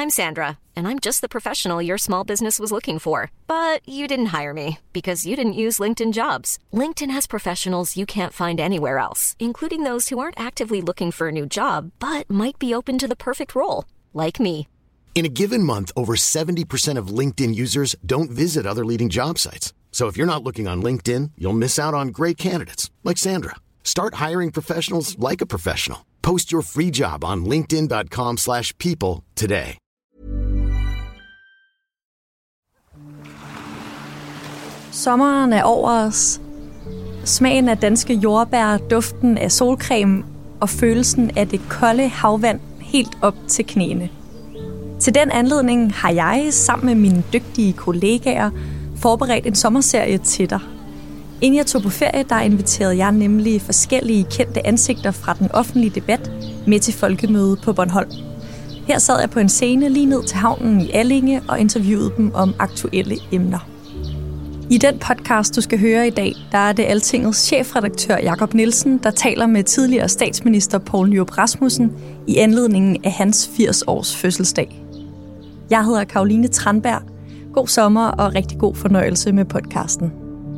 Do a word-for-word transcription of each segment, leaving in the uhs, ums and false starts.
I'm Sandra, and I'm just the professional your small business was looking for. But you didn't hire me because you didn't use LinkedIn Jobs. LinkedIn has professionals you can't find anywhere else, including those who aren't actively looking for a new job, but might be open to the perfect role, like me. In a given month, over seventy percent of LinkedIn users don't visit other leading job sites. So if you're not looking on LinkedIn, you'll miss out on great candidates like Sandra. Start hiring professionals like a professional. Post your free job on linkedin dot com slash people today. Sommeren er over os. Smagen af danske jordbær, duften af solcreme og følelsen af det kolde havvand helt op til knæene. Til den anledning har jeg sammen med mine dygtige kollegaer forberedt en sommerserie til dig. Inden jeg tog på ferie, der inviterede jeg nemlig forskellige kendte ansigter fra den offentlige debat med til folkemøde på Bornholm. Her sad jeg på en scene lige ned til havnen i Allinge og interviewede dem om aktuelle emner. I den podcast, du skal høre i dag, der er det Altingets chefredaktør Jakob Nielsen, der taler med tidligere statsminister Poul Nyrup Rasmussen i anledningen af hans firs års fødselsdag. Jeg hedder Caroline Tranberg. God sommer og rigtig god fornøjelse med podcasten.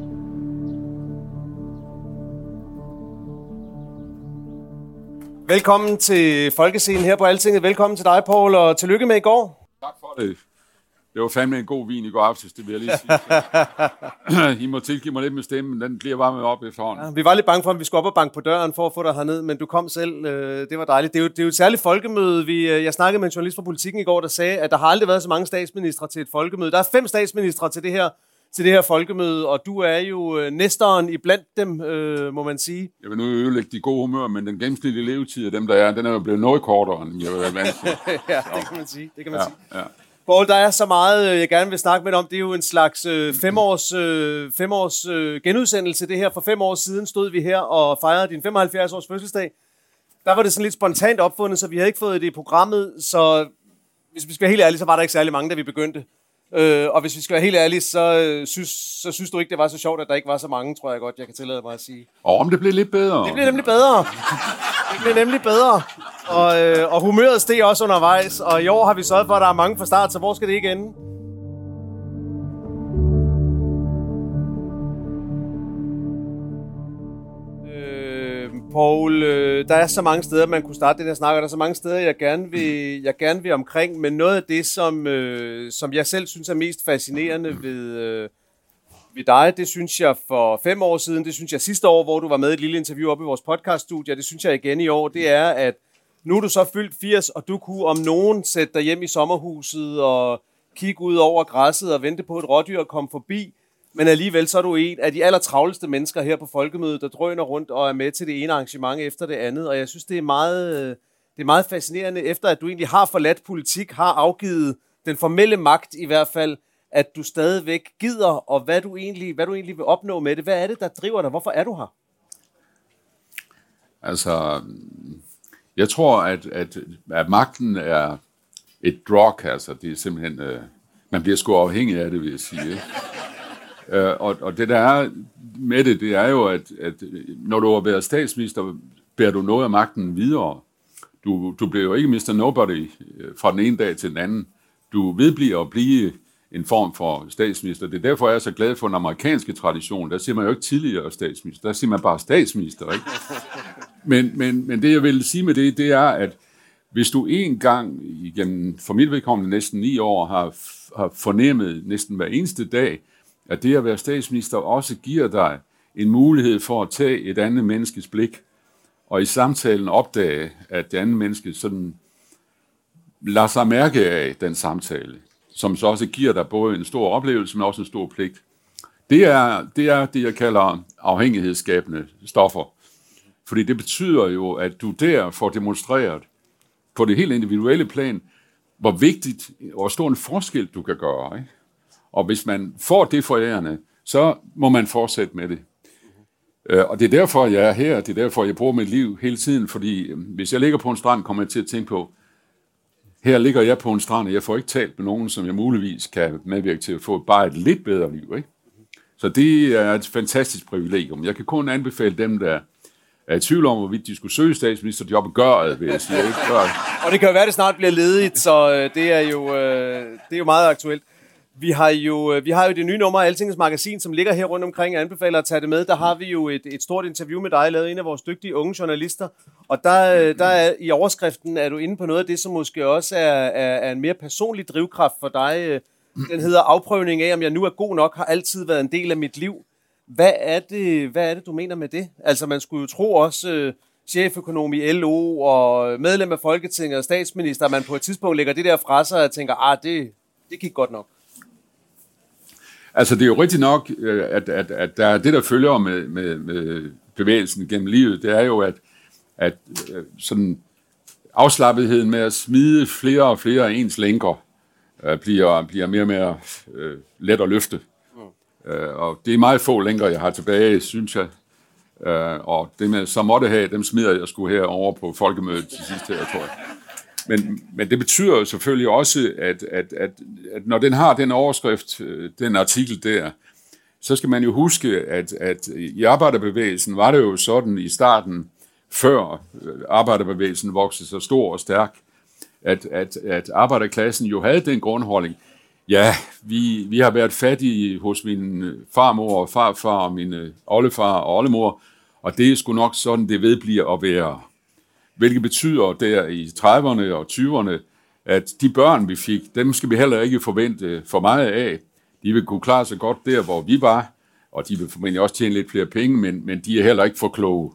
Velkommen til Folkescenen her på Altinget. Velkommen til dig, Poul, og tillykke med i går. Tak for det. Det var fandme en god vin i går aftes, det vil jeg lige sige. I må tilgive mig lidt med stemmen, den bliver bare med op efterhånden. Ja, vi var lidt bange for, at vi skulle op og banke på døren for at få dig herned, men du kom selv. Det var dejligt. Det er jo, det er jo et særligt folkemøde. Vi, jeg snakkede med en journalist fra Politikken i går, der sagde, at der har aldrig været så mange statsministre til et folkemøde. Der er fem statsministre til det her, til det her folkemøde, og du er jo næsteren i blandt dem, øh, må man sige. Jeg vil nu ødelægge de gode humør, men den gennemsnitlige levetid af dem, der er, den er jo blevet noget kortere, end jeg vil være vant til. Ja, det kan man sige. Det kan man ja, sige. Ja. Poul, der er så meget, jeg gerne vil snakke med om. Det er jo en slags øh, femårs, øh, femårs øh, genudsendelse. Det her for fem år siden stod vi her og fejrede din femoghalvfjerds års fødselsdag. Der var det sådan lidt spontant opfundet, så vi havde ikke fået det i programmet. Så hvis vi skal være helt ærlige, så var der ikke særlig mange, da vi begyndte. Øh, og hvis vi skal være helt ærlige, så, øh, synes, så synes du ikke, det var så sjovt, at der ikke var så mange, tror jeg godt, jeg kan tillade mig at sige. Og om det blev lidt bedre. Det blev nemlig bedre. Det blev nemlig bedre. Og, øh, og humøret steg også undervejs, og i år har vi sørget for, at der er mange fra start, så hvor skal det ikke ende? Øh, Poul, øh, der er så mange steder, man kunne starte den her snak, og der er så mange steder, jeg gerne vil, jeg gerne vil omkring, men noget af det, som, øh, som jeg selv synes er mest fascinerende ved... Øh, ved dig, det synes jeg for fem år siden, det synes jeg sidste år, hvor du var med i et lille interview oppe i vores podcaststudie, det synes jeg igen i år, det er, at nu er du så fyldt firs, og du kunne om nogen sætte dig hjem i sommerhuset og kigge ud over græsset og vente på et rådyr og komme forbi, men alligevel så er du en af de allertravleste mennesker her på Folkemødet, der drøner rundt og er med til det ene arrangement efter det andet, og jeg synes, det er meget, det er meget fascinerende, efter at du egentlig har forladt politik, har afgivet den formelle magt i hvert fald, at du stadigvæk gider, og hvad du egentlig, hvad du egentlig vil opnå med det. Hvad er det, der driver dig? Hvorfor er du her? Altså, jeg tror, at, at, at magten er et drug, altså. Det er simpelthen, øh, man bliver sgu afhængig af det, vil jeg sige. øh, og, og det, der er med det, det er jo, at, at når du har været statsminister, bærer du noget af magten videre. Du, du bliver jo ikke mister Nobody fra den ene dag til den anden. Du vedbliver at blive en form for statsminister. Det er derfor, jeg er så glad for den amerikanske tradition. Der siger man jo ikke tidligere statsminister. Der siger man bare statsminister, ikke? Men, men, men det, jeg vil sige med det, det er, at hvis du en gang igen, for mit vedkommende næsten ni år, har, har fornemmet næsten hver eneste dag, at det at være statsminister også giver dig en mulighed for at tage et andet menneskes blik, og i samtalen opdage, at det andet menneske sådan lader sig mærke af den samtale, som så også giver dig både en stor oplevelse, men også en stor pligt. Det er det, er det jeg kalder afhængighedsskabende stoffer. Fordi det betyder jo, at du der får demonstreret på det helt individuelle plan, hvor vigtigt og hvor stor en forskel du kan gøre. Ikke? Og hvis man får det forærende, så må man fortsætte med det. Og det er derfor, jeg er her, det er derfor, jeg bruger mit liv hele tiden, fordi hvis jeg ligger på en strand, kommer jeg til at tænke på, her ligger jeg på en strand, og jeg får ikke talt med nogen, som jeg muligvis kan medvirke til at få bare et lidt bedre liv. Ikke? Så det er et fantastisk privilegium. Jeg kan kun anbefale dem, der er i tvivl om, hvorvidt de skulle søge statsministerjobbet, gør det, vil jeg sige. Ikke? Gør det. Og det kan jo være, at det snart bliver ledigt, så øh, det, er jo, øh, det er jo meget aktuelt. Vi har jo, vi har jo det nye nummer af Altingets Magasin, som ligger her rundt omkring. Jeg anbefaler at tage det med. Der har vi jo et, et stort interview med dig, lavet en af vores dygtige unge journalister. Og der, der er, i overskriften er du inde på noget af det, som måske også er, er, er en mere personlig drivkraft for dig. Den hedder afprøvning af, om jeg nu er god nok, har altid været en del af mit liv. Hvad er det, hvad er det du mener med det? Altså man skulle jo tro også øh, cheføkonom i L O og medlem af Folketinget og statsminister, at man på et tidspunkt lægger det der fra sig og tænker, ah, det, det gik godt nok. Altså, det er jo rigtigt nok, at, at, at der er det, der følger med, med, med bevægelsen gennem livet, det er jo, at, at sådan afslappetheden med at smide flere og flere af ens lænker uh, bliver, bliver mere og mere uh, let at løfte. Mm. Uh, og det er meget få lænker, jeg har tilbage, synes jeg. Uh, og det med så måtte have, dem smider jeg sgu herovre på folkemødet til sidst her, tror jeg. Men, men det betyder jo selvfølgelig også, at, at, at, at når den har den overskrift, den artikel der, så skal man jo huske, at, at i arbejderbevægelsen var det jo sådan i starten, før arbejderbevægelsen voksede så stor og stærk, at, at, at arbejderklassen jo havde den grundholdning. Ja, vi, vi har været fattige hos min farmor og farfar og min oldefar og oldemor, og det er sgu nok sådan, det vedbliver at være. Hvilket betyder der i trediverne og tyverne, at de børn, vi fik, dem skal vi heller ikke forvente for meget af. De vil kunne klare sig godt der, hvor vi var, og de vil formentlig også tjene lidt flere penge, men, men de er heller ikke for kloge.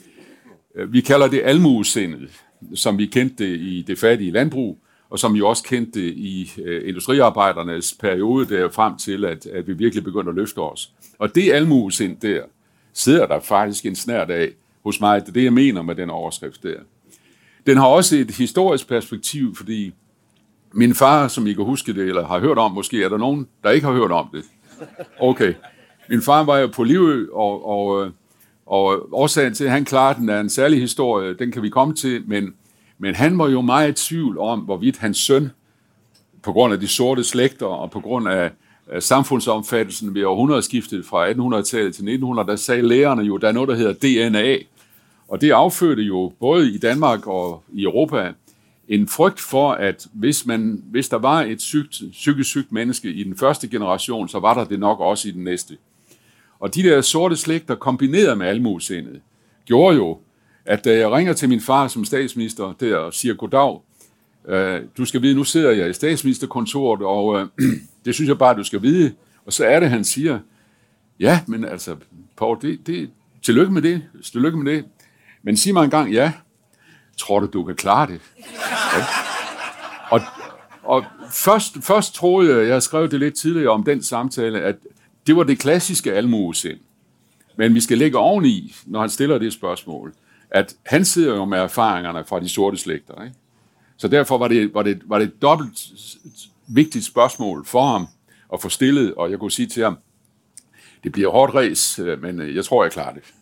Vi kalder det almuesindet, som vi kendte det i det fattige landbrug, og som vi også kendte det i uh, industriarbejdernes periode der frem til, at, at vi virkelig begyndte at løfte os. Og det almuesind der, sidder der faktisk en snært af hos mig. Det er det, jeg mener med den overskrift der. Den har også et historisk perspektiv, fordi min far, som I kan huske det, eller har hørt om, måske er der nogen, der ikke har hørt om det. Okay. Min far var jo på Livø, og, og, og årsagen til, at han klarede den, er en særlig historie, den kan vi komme til, men, men han var jo meget i tvivl om, hvorvidt hans søn, på grund af de sorte slægter, og på grund af samfundsomfattelsen ved århundredeskiftet fra attenhundredetallet til nitten hundrede, der sagde lærerne jo, der er noget, der hedder D N A. Og det affødte jo både i Danmark og i Europa en frygt for, at hvis, man, hvis der var et sygt, psykisk sygt menneske i den første generation, så var der det nok også i den næste. Og de der sorte slægter kombineret med almuesindet gjorde jo, at da jeg ringer til min far som statsminister der og siger goddag, øh, du skal vide, nu sidder jeg i statsministerkontoret, og øh, det synes jeg bare, du skal vide. Og så er det, han siger, ja, men altså, Poul, det, det, tillykke med det, tillykke med det. Men sig mig engang, ja, tror du, du kan klare det? Ja. Og, og først, først troede jeg, jeg har skrevet det lidt tidligere om den samtale, at det var det klassiske almuesind. Men vi skal lægge oveni, når han stiller det spørgsmål, at han sidder jo med erfaringerne fra de sorte slægter. Ikke? Så derfor var det, var, det, var det et dobbelt vigtigt spørgsmål for ham at få stillet, og jeg kunne sige til ham, det bliver hårdt ræs, men jeg tror, jeg klarer det.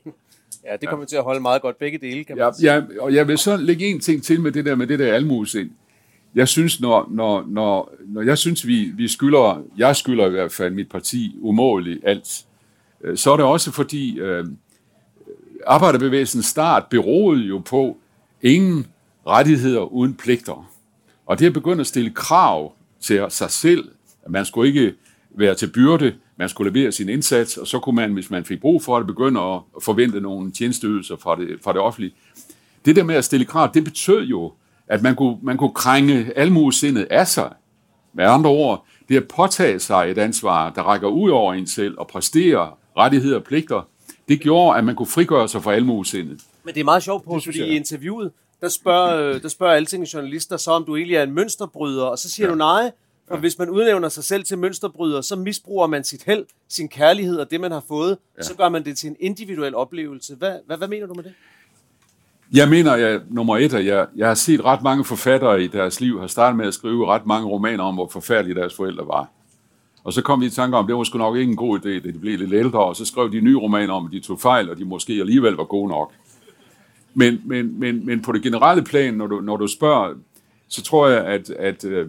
Ja, det kommer ja. til at holde meget godt begge dele, kan man ja, sige. Ja, og jeg vil så lægge en ting til med det der med det der almuesind. Jeg synes, når, når, når, når jeg synes, vi, vi skylder, jeg skylder i hvert fald mit parti umådeligt alt, så er det også fordi øh, arbejderbevægelsens start beroede jo på ingen rettigheder uden pligter. Og det er begyndt at stille krav til sig selv, at man skulle ikke være til byrde, man skulle levere sin indsats, og så kunne man, hvis man fik brug for det, begynde at forvente nogle tjenesteydelser fra det, fra det offentlige. Det der med at stille krav, det betød jo, at man kunne, man kunne krænge almuesindet af sig. Med andre ord, det at påtage sig et ansvar, der rækker ud over en selv og præstere rettigheder og pligter, det gjorde, at man kunne frigøre sig fra almuesindet. Men det er meget sjovt på, fordi jeg. i interviewet, der spørger, der spørger Altingets journalister så, om du egentlig er en mønsterbryder, og så siger ja. du nej. Og ja. hvis man udnævner sig selv til mønsterbryder, så misbruger man sit held, sin kærlighed og det, man har fået. Ja. Så gør man det til en individuel oplevelse. Hvad, hvad, hvad mener du med det? Jeg mener, jeg, nummer et, at jeg, jeg har set ret mange forfattere i deres liv, har startet med at skrive ret mange romaner om, hvor forfærdelige deres forældre var. Og så kom de i tanke om, at det var sgu nok ikke en god idé, da de blev lidt ældre, og så skrev de nye romaner om, at de tog fejl, og de måske alligevel var gode nok. Men, men, men, men på det generelle plan, når du, når du spørger, så tror jeg, at, at uh,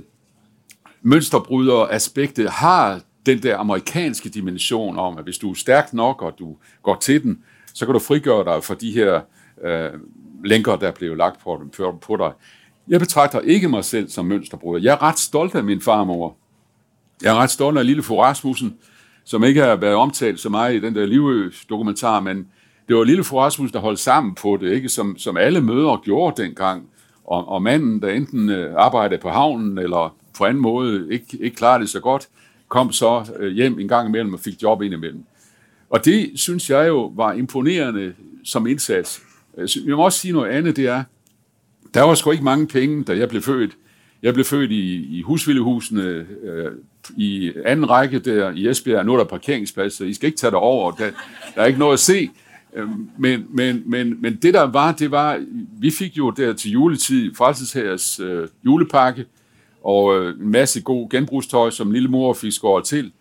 mønsterbryder-aspektet har den der amerikanske dimension om, at hvis du er stærk nok, og du går til den, så kan du frigøre dig for de her øh, lænker, der blev lagt på, på dig. Jeg betragter ikke mig selv som mønsterbryder. Jeg er ret stolt af min farmor. Jeg er ret stolt af lille fru Rasmussen, som ikke har været omtalt så meget i den der Livø-dokumentar, men det var lille fru Rasmussen, der holdt sammen på det, ikke? Som, som alle mødre gjorde dengang. Og, og manden, der enten øh, arbejdede på havnen, eller på anden måde ikke, ikke klarede det så godt, kom så øh, hjem en gang imellem og fik job ind imellem. Og det, synes jeg jo, var imponerende som indsats. Jeg må også sige noget andet, det er, der var sgu ikke mange penge, da jeg blev født. Jeg blev født i, i husvildehusene øh, i anden række der i Esbjerg. Nu er der parkeringsplads, så I skal ikke tage det over. Der, der er ikke noget at se. Men, men, men, men det der var, det var, vi fik jo der til juletid Frelseshærs øh, julepakke og øh, en masse god genbrugstøj, som lille mor fik skåret til.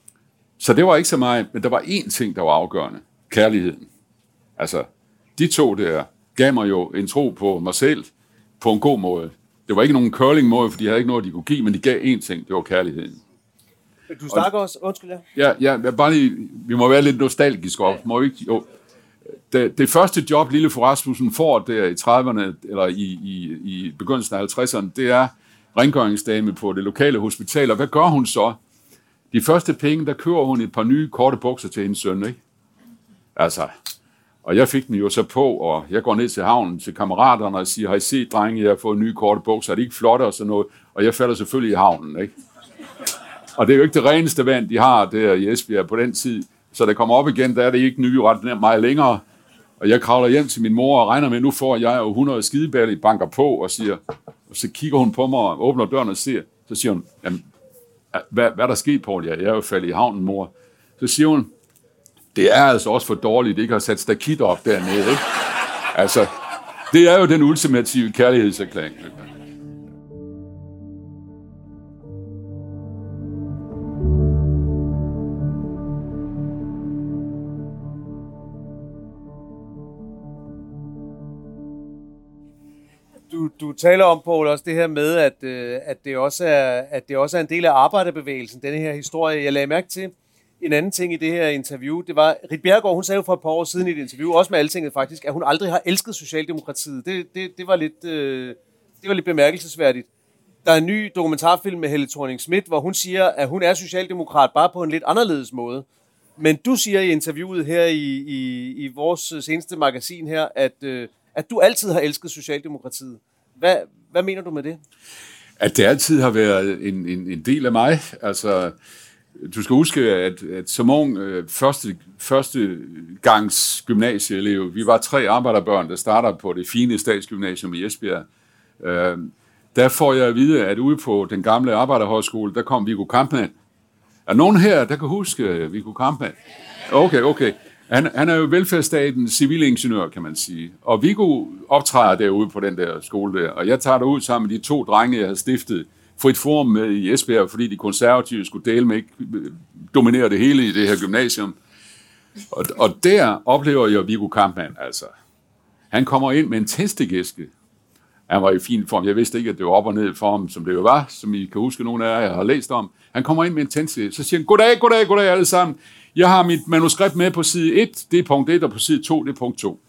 Så det var ikke så meget, men der var én ting, der var afgørende. Kærligheden. Altså, de to der gav mig jo en tro på mig selv på en god måde. Det var ikke nogen curling-måde, for de havde ikke noget, de kunne give, men de gav én ting, det var kærligheden. Du snakker og, også, undskyld ja. Ja, ja, jeg bare lige, vi må være lidt nostalgiske op. Må ikke, jo. Det, det første job, lille fru Rasmussen får der i trediverne, eller i, i, i begyndelsen af halvtredserne, det er rengøringsdame på det lokale hospital. Og hvad gør hun så? De første penge, der køber hun et par nye korte bukser til hendes søn, ikke? Altså, og jeg fik den jo så på, og jeg går ned til havnen til kammeraterne og siger, har I set, drenge, jeg har fået nye korte bukser, er det ikke flotte og sådan noget? Og jeg falder selvfølgelig i havnen, ikke? Og det er jo ikke det reneste vand, de har der i Esbjerg på den tid. Så det kommer op igen, der er det ikke nye ret meget længere. Og jeg kravler hjem til min mor og regner med, nu får jeg jo hundrede skideballer, banker på og siger, og så kigger hun på mig og åbner døren og siger, så siger hun, jamen, hvad, hvad er der sket, Poul? Ja, jeg er jo faldet i havnen, mor. Så siger hun, det er altså også for dårligt, ikke har sat stakit op dernede, ikke? Altså, det er jo den ultimative kærlighedserklæring. Du, du taler om, Poul, også det her med, at, øh, at, det også er, at det også er en del af arbejderbevægelsen, denne her historie. Jeg lagde mærke til en anden ting i det her interview. Det var, Ritt Bjerregaard, hun sagde jo for et par år siden i et interview, også med Altinget faktisk, at hun aldrig har elsket Socialdemokratiet. Det, det, det, var, lidt, øh, det var lidt bemærkelsesværdigt. Der er en ny dokumentarfilm med Helle Thorning-Schmidt, hvor hun siger, at hun er socialdemokrat bare på en lidt anderledes måde. Men du siger i interviewet her i, i, i vores seneste magasin her, at, øh, at du altid har elsket Socialdemokratiet. Hvad, hvad mener du med det? At det altid har været en, en, en del af mig. Altså, du skal huske, at, at som ung øh, første, første gangs gymnasieelev, vi var tre arbejderbørn, der starter på det fine statsgymnasium i Esbjerg. Øh, der får jeg at vide, at ude på den gamle arbejderhøjskole, der kom Viggo Kampmann. Er nogen her, der kan huske Viggo Kampmann? Okay, okay. Han, han er jo velfærdsstatens civilingeniør, kan man sige. Og Viggo optræder derude på den der skole der. Og jeg tager derud sammen med de to drenge, jeg har stiftet Frit Forum med i Esbjerg, fordi de konservative skulle dele med ikke dominere det hele i det her gymnasium. Og, og der oplever jeg Viggo Kampmann, altså. Han kommer ind med en tændstikæske. Han var i fin form. Jeg vidste ikke, at det var op og ned for ham, som det jo var, som I kan huske, nogle af jer, jeg har læst om. Han kommer ind med en tændstikæske. Så siger han, goddag, goddag, goddag alle sammen. Jeg har mit manuskript med på side et, det er punkt et, og på side to, det er punkt to.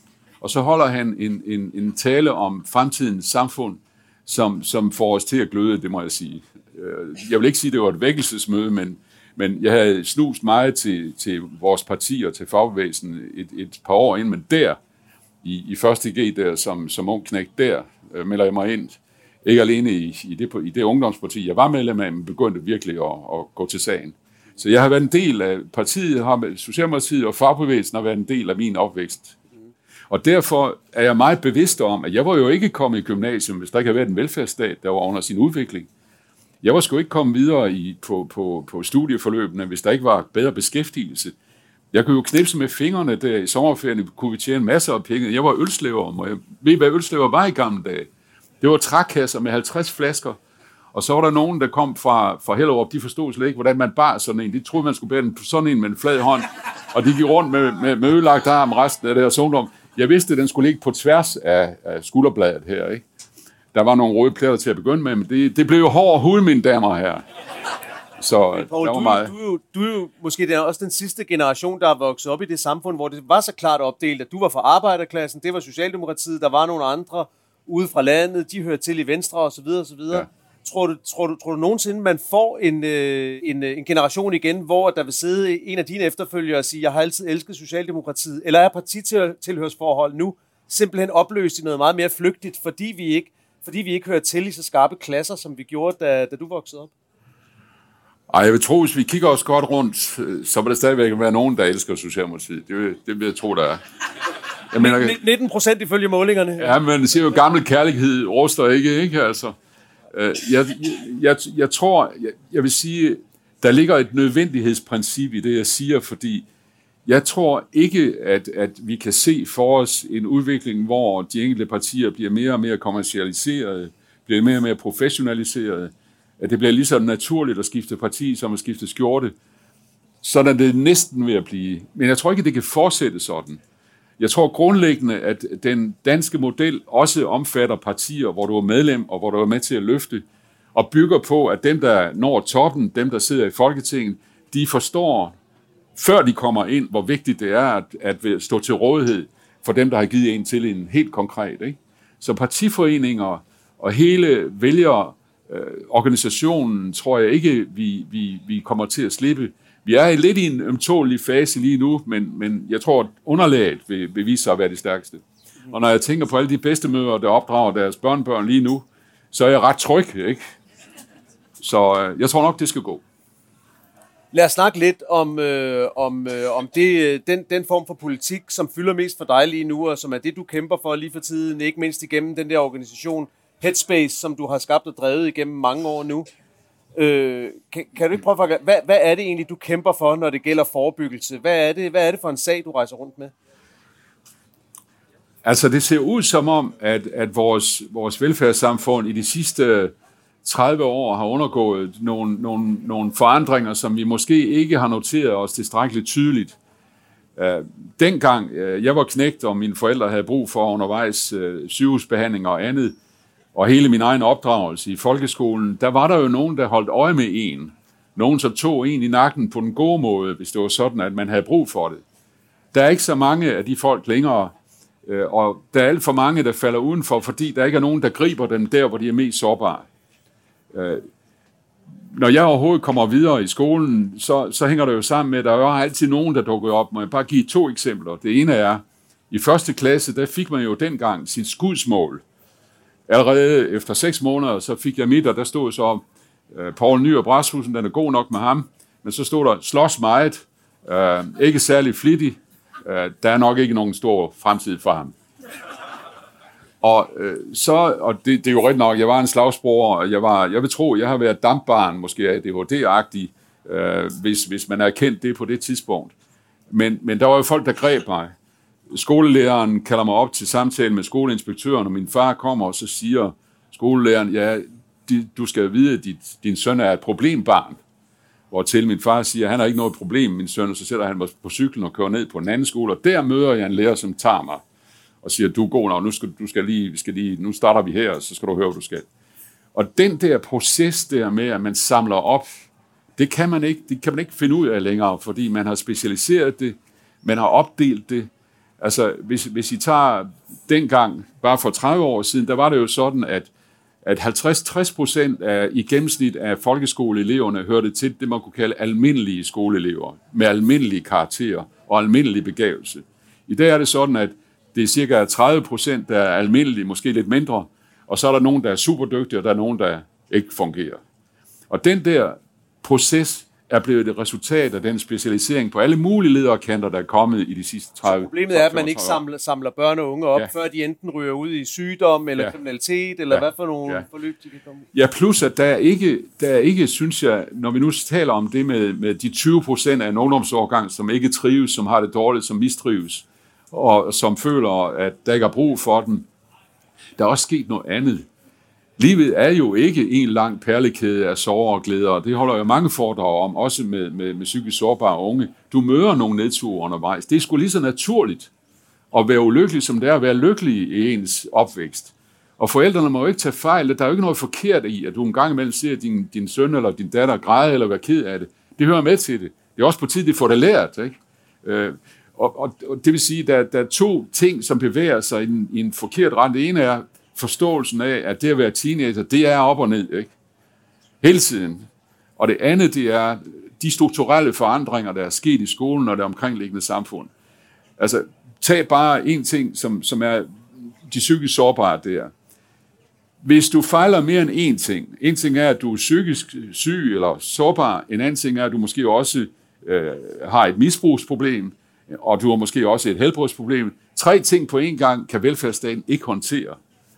Og så holder han en, en, en tale om fremtidens samfund, som, som får os til at gløde, det må jeg sige. Jeg vil ikke sige, at det var et vækkelsesmøde, men, men jeg havde snust meget til, til vores parti og til fagbevægelsen et, et par år ind, men der, i, i første G der, som, som ung knægt der, øh, melder jeg mig ind. Ikke alene i, i, det, i det ungdomsparti, jeg var medlem af, men begyndte virkelig at, at gå til sagen. Så jeg har været en del af partiet, har Socialdemokratiet og fagbevægelsen har været en del af min opvækst. Og derfor er jeg meget bevidst om, at jeg var jo ikke kommet i gymnasium, hvis der ikke havde været en velfærdsstat, der var under sin udvikling. Jeg var sgu ikke kommet videre i, på, på, på studieforløbene, hvis der ikke var bedre beskæftigelse. Jeg kunne jo knipse med fingrene der i sommerferien, kunne vi tjene masser af penge. Jeg var ølslever, og jeg ved, hvad ølslever var i gamle dage. Det var trækasser med halvtreds flasker. Og så var der nogen, der kom fra, fra Hellerup, de forstod slet ikke, hvordan man bar sådan en. De troede, man skulle bære den sådan en med en flad hånd, og de gik rundt med, med, med ødelagt arm resten af deres ungdom. Jeg vidste, at den skulle ligge på tværs af, af skulderbladet her, ikke? Der var nogle røde pletter til at begynde med, men det, det blev jo hård hud, mine damer og herrer. Så Men Poul, der var du, meget... du, er jo, du er jo måske den, også den sidste generation, der er vokset op i det samfund, hvor det var så klart opdelt, at du var fra arbejderklassen, det var Socialdemokratiet, der var nogle andre ude fra landet, de hørte til i Venstre osv. osv. Ja. Tror du, tror, du, tror du nogensinde, man får en, øh, en, en generation igen, hvor der vil sidde en af dine efterfølgere og sige, jeg har altid elsket Socialdemokratiet, eller er partitilhørsforhold nu simpelthen opløst i noget meget mere flygtigt, fordi vi ikke, fordi vi ikke hører til i så skarpe klasser, som vi gjorde, da, da du voksede op? Ej, jeg vil tro, hvis vi kigger os godt rundt, så vil der stadigvæk være nogen, der elsker Socialdemokratiet. Det vil, det vil jeg tro, der er. Jeg mener, nitten procent ifølge målingerne. Ja, men det siger jo, gammel kærlighed ruster ikke, ikke? Altså, jeg, jeg, jeg tror, jeg, jeg vil sige, der ligger et nødvendighedsprincip i det, jeg siger, fordi jeg tror ikke, at, at vi kan se for os en udvikling, hvor de enkelte partier bliver mere og mere kommercialiseret, bliver mere og mere professionaliseret, at det bliver lige så naturligt at skifte parti, som at skifte skjorte. Sådan er det næsten ved at blive. Men jeg tror ikke, det kan fortsætte sådan. Jeg tror grundlæggende, at den danske model også omfatter partier, hvor du er medlem, og hvor du er med til at løfte, og bygger på, at dem, der når toppen, dem, der sidder i Folketinget, de forstår, før de kommer ind, hvor vigtigt det er at, at stå til rådighed for dem, der har givet en til en helt konkret. Ikke? Så partiforeninger og hele vælger øh, organisationen, tror jeg ikke, vi, vi, vi kommer til at slippe. Vi er lidt i en ømtålig fase lige nu, men, men jeg tror, at underlaget vil, vil vise sig at være det stærkeste. Og når jeg tænker på alle de bedstemødre, der opdrager deres børnebørn lige nu, så er jeg ret tryg, ikke? Så øh, jeg tror nok, det skal gå. Lad os snakke lidt om, øh, om, øh, om det, den, den form for politik, som fylder mest for dig lige nu, og som er det, du kæmper for lige for tiden, ikke mindst igennem den der organisation Headspace, som du har skabt og drevet igennem mange år nu. Øh, kan, kan du ikke prøve at forklare, hvad, hvad er det egentlig, du kæmper for, når det gælder forebyggelse? Hvad er det, hvad er det for en sag, du rejser rundt med? Altså, det ser ud som om, at, at vores, vores velfærdssamfund i de sidste tredive år har undergået nogle, nogle, nogle forandringer, som vi måske ikke har noteret os tilstrækkeligt tydeligt. Uh, dengang uh, jeg var knægt, og mine forældre havde brug for undervejs uh, sygehusbehandling og andet, og hele min egen opdragelse i folkeskolen, der var der jo nogen, der holdt øje med en. Nogen, som tog en i nakken på den gode måde, hvis det var sådan, at man havde brug for det. Der er ikke så mange af de folk længere, uh, og der er alt for mange, der falder udenfor, fordi der ikke er nogen, der griber dem der, hvor de er mest sårbare. Når jeg overhovedet kommer videre i skolen, så, så hænger det jo sammen med, at der er altid nogen, der dukker op. Må jeg bare give to eksempler. Det ene er, i første klasse, der fik man jo dengang sit skudsmål. Allerede efter seks måneder, så fik jeg mit, og der stod så, uh, Poul Nyrup Rasmussen, den er god nok med ham, men så stod der, slås meget, uh, ikke særlig flittig, uh, der er nok ikke nogen stor fremtid for ham. Og øh, så, og det, det er jo rigtigt nok, jeg var en slagsbror, og jeg var, jeg vil tro, jeg har været dampbarn, måske A D H D-agtig, øh, hvis, hvis man har kendt det på det tidspunkt. Men, men der var jo folk, der greb mig. Skolelæreren kalder mig op til samtale med skoleinspektøren, og min far kommer, og så siger skolelæreren, ja, de, du skal vide, at dit, din søn er et problembarn. Hvortil min far siger, at han har ikke noget problem, min søn, og så sætter han mig på cyklen og kører ned på en anden skole, og der møder jeg en lærer, som tager mig og siger, du er god nok, nu, skal, du skal lige, vi skal lige, nu starter vi her, og så skal du høre, hvad du skal. Og den der proces der med, at man samler op, det kan man ikke, det kan man ikke finde ud af længere, fordi man har specialiseret det, man har opdelt det. Altså, hvis, hvis I tager dengang, bare for tredive år siden, der var det jo sådan, at, at halvtreds til tres procent af, i gennemsnit af folkeskoleeleverne hørte til det, man kunne kalde almindelige skoleelever, med almindelige karakterer og almindelig begavelse. I dag er det sådan, at det er cirka tredive procent, der er almindelige, måske lidt mindre, og så er der nogen, der er superdygtige, og der er nogen, der ikke fungerer. Og den der proces er blevet et resultat af den specialisering på alle mulige lederkanter, der er kommet i de sidste tredive. Så problemet er, at man ikke samler, samler børn og unge op, ja. Før de enten ryger ud i sygdom eller ja. Kriminalitet, eller ja. Hvad for nogle ja. Forløb, de kan komme. Ja, plus at der er ikke, der er ikke, synes jeg, når vi nu taler om det med, med de tyve procent af en ungdomsårgang, som ikke trives, som har det dårligt, som mistrives, og som føler, at der ikke er brug for den. Der er også sket noget andet. Livet er jo ikke en lang perlekæde af sorger og glæder, og det holder jo mange foredrag om, også med, med, med psykisk sårbare unge. Du møder nogle nedture undervejs. Det er sgu lige så naturligt at være ulykkelig, som det er at være lykkelig i ens opvækst. Og forældrene må jo ikke tage fejl. Der er jo ikke noget forkert i, at du en gang imellem ser din, din søn eller din datter græde eller være ked af det. Det hører med til det. Det er også på tide, de får det lært. Ikke? Øh, og, og, og det vil sige, at der, der er to ting, som bevæger sig i en, i en forkert retning. Det ene er forståelsen af, at det at være teenager, det er op og ned. Ikke? Hele tiden. Og det andet, det er de strukturelle forandringer, der er sket i skolen og det omkringliggende samfund. Altså, tag bare en ting, som, som er de psykisk sårbare der. Hvis du fejler mere end én ting, en ting er, at du er psykisk syg eller sårbar, en anden ting er, at du måske også øh, har et misbrugsproblem, og du har måske også et helbredsproblem. Tre ting på én gang kan velfærdsstaten ikke håndtere.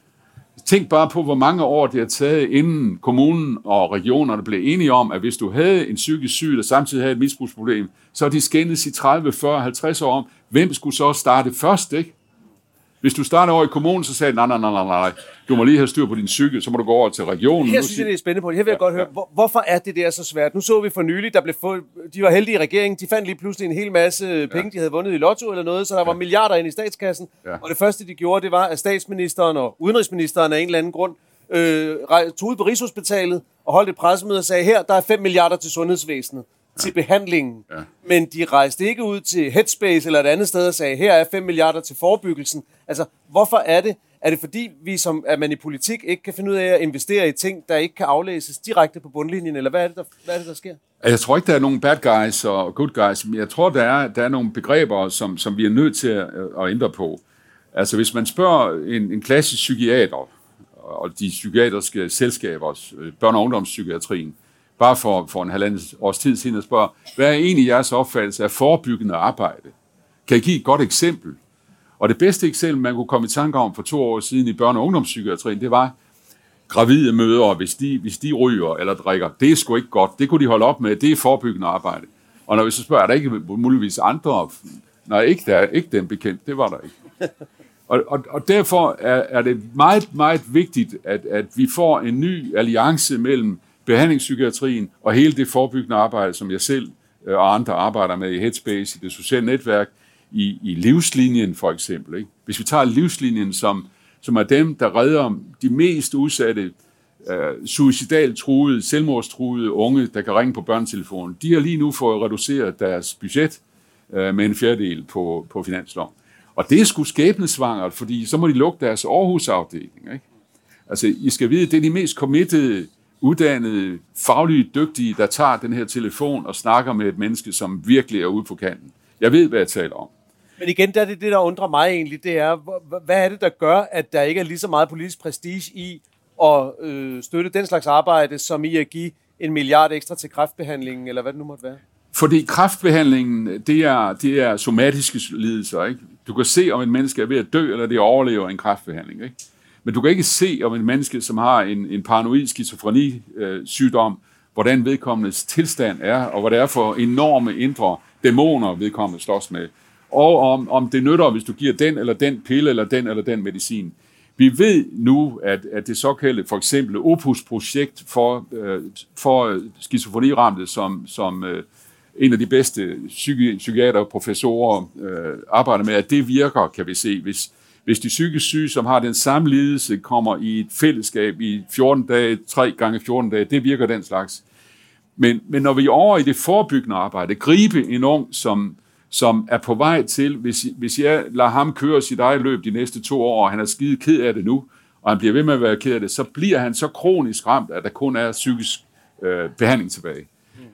Tænk bare på, hvor mange år det har taget, inden kommunen og regionerne blev enige om, at hvis du havde en psykisk syg, der samtidig havde et misbrugsproblem, så er de skændes i tredive, fyrre, halvtreds år om, hvem skulle så starte først, ikke? Hvis du starter over i kommunen, så sagde nej, nej, nej, nej, nej, du må lige have styr på din psyke, så må du gå over til regionen. Her synes jeg, det er spændende på. Her vil jeg ja, godt høre, ja. hvor, hvorfor er det der så svært? Nu så vi for nylig, der blev fået, de var heldige i regeringen, de fandt lige pludselig en hel masse penge, ja. de havde vundet i lotto eller noget, så der var ja. milliarder ind i statskassen. Ja. Og det første, de gjorde, det var, at statsministeren og udenrigsministeren af en eller anden grund øh, tog ud på Rigshospitalet og holdt et pressemøde og sagde, her, der er fem milliarder til sundhedsvæsenet. Ja. Til behandlingen. Ja. Men de rejste ikke ud til Headspace eller et andet sted og sagde, her er fem milliarder til forebyggelsen. Altså, hvorfor er det? Er det fordi, vi som, at man i politik ikke kan finde ud af at investere i ting, der ikke kan aflæses direkte på bundlinjen, eller hvad er det, der, hvad er det, der sker? Jeg tror ikke, der er nogen bad guys og good guys, men jeg tror, der er, der er nogle begreber, som, som vi er nødt til at, at ændre på. Altså, hvis man spørger en, en klassisk psykiater, og de psykiatriske selskaber, børne- og ungdomspsykiatrien, bare for, for en halvandet års tid siden at spørge, hvad er egentlig jeres opfattelse af forebyggende arbejde? Kan I give et godt eksempel? Og det bedste eksempel, man kunne komme i tanke om for to år siden i børne- og ungdomspsykiatrien, det var gravide mødre, hvis de, hvis de ryger eller drikker. Det er sgu ikke godt. Det kunne de holde op med. Det er forebyggende arbejde. Og når vi så spørger, er der ikke muligvis andre? Nej, ikke, der, ikke den bekendt. Det var der ikke. Og, og, og derfor er, er det meget, meget vigtigt, at, at vi får en ny alliance mellem behandlingspsykiatrien og hele det forebyggende arbejde, som jeg selv og andre arbejder med i Headspace, i det sociale netværk, i, i livslinjen for eksempel. Ikke? Hvis vi tager livslinjen, som, som er dem, der redder de mest udsatte, øh, suicidalt truede, selvmordstruede unge, der kan ringe på børnetelefonen, de har lige nu fået reduceret deres budget øh, med en fjerdedel på, på finansloven. Og det er sgu skæbnesvangert, fordi så må de lukke deres Aarhus-afdeling. Ikke? Altså, I skal vide, det er de mest committede, uddannede, fagligt dygtige, der tager den her telefon og snakker med et menneske, som virkelig er ude på kanten. Jeg ved, hvad jeg taler om. Men igen, der er det, det, der undrer mig egentlig, det er, hvad er det, der gør, at der ikke er lige så meget politisk prestige i at øh, støtte den slags arbejde, som i at give en milliard ekstra til kræftbehandlingen, eller hvad det nu måtte være? Fordi kræftbehandlingen, det er, det er somatiske lidelser, ikke? Du kan se, om en menneske er ved at dø, eller det overlever en kræftbehandling, ikke? Men du kan ikke se, om en menneske, som har en, en paranoid skizofreni-sygdom, hvordan vedkommendes tilstand er, og hvad det er for enorme indre dæmoner, vedkommende slås med. Og om, om det nytter, hvis du giver den eller den pille, eller den eller den medicin. Vi ved nu, at, at det såkaldte, for eksempel Opus-projekt for, øh, for skizofreniramte, som, som øh, en af de bedste psyki- psykiater og professorer øh, arbejder med, at det virker, kan vi se, hvis Hvis de psykisk syge, som har den samme lidelse, kommer i et fællesskab i fjorten dage, tre gange fjorten dage, det virker den slags. Men, men når vi er over i det forebyggende arbejde, gribe en ung, som, som er på vej til, hvis, hvis jeg lader ham køre sit eget løb de næste to år, og han er skide ked af det nu, og han bliver ved med at være ked af det, så bliver han så kronisk ramt, at der kun er psykisk øh, behandling tilbage.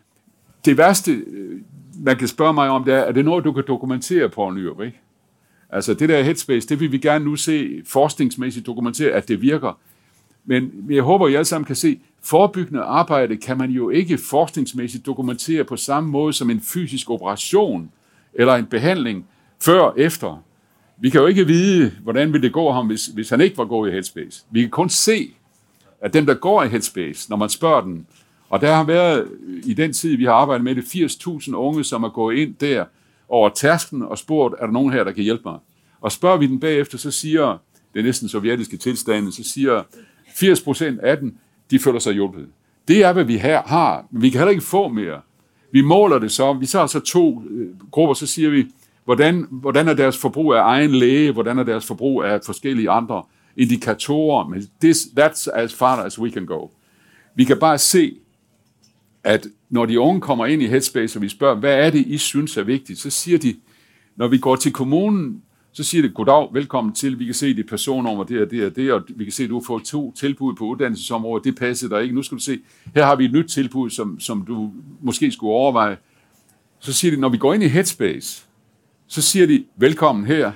Det værste, øh, man kan spørge mig om, det er, er det noget, du kan dokumentere på en nyere, ikke? Altså det der Headspace, det vil vi gerne nu se forskningsmæssigt dokumentere, at det virker. Men jeg håber, at I alle sammen kan se, forebyggende arbejde kan man jo ikke forskningsmæssigt dokumentere på samme måde som en fysisk operation eller en behandling før og efter. Vi kan jo ikke vide, hvordan ville det gå ham, hvis, hvis han ikke var gået i Headspace. Vi kan kun se, at dem, der går i Headspace, når man spørger dem, og der har været i den tid, vi har arbejdet med det, firs tusind unge, som er gået ind der, over tærsken og spurgt, er der nogen her, der kan hjælpe mig? Og spørger vi den bagefter, så siger, det er næsten sovjetiske tilstande, så siger firs procent af dem, de føler sig hjulpet. Det er, hvad vi her har, men vi kan heller ikke få mere. Vi måler det så, vi tager så to øh, grupper, så siger vi, hvordan, hvordan er deres forbrug af egen læge, hvordan er deres forbrug af forskellige andre indikatorer, men this, that's as far as we can go. Vi kan bare se, at når de unge kommer ind i Headspace, og vi spørger, hvad er det, I synes er vigtigt, så siger de, når vi går til kommunen, så siger de, goddag, velkommen til, vi kan se dit personnummer, det er det og det, og vi kan se, at du har fået to tilbud på uddannelsesområdet, det passer der ikke, nu skal du se, her har vi et nyt tilbud, som, som du måske skulle overveje. Så siger de, når vi går ind i Headspace, så siger de, velkommen her,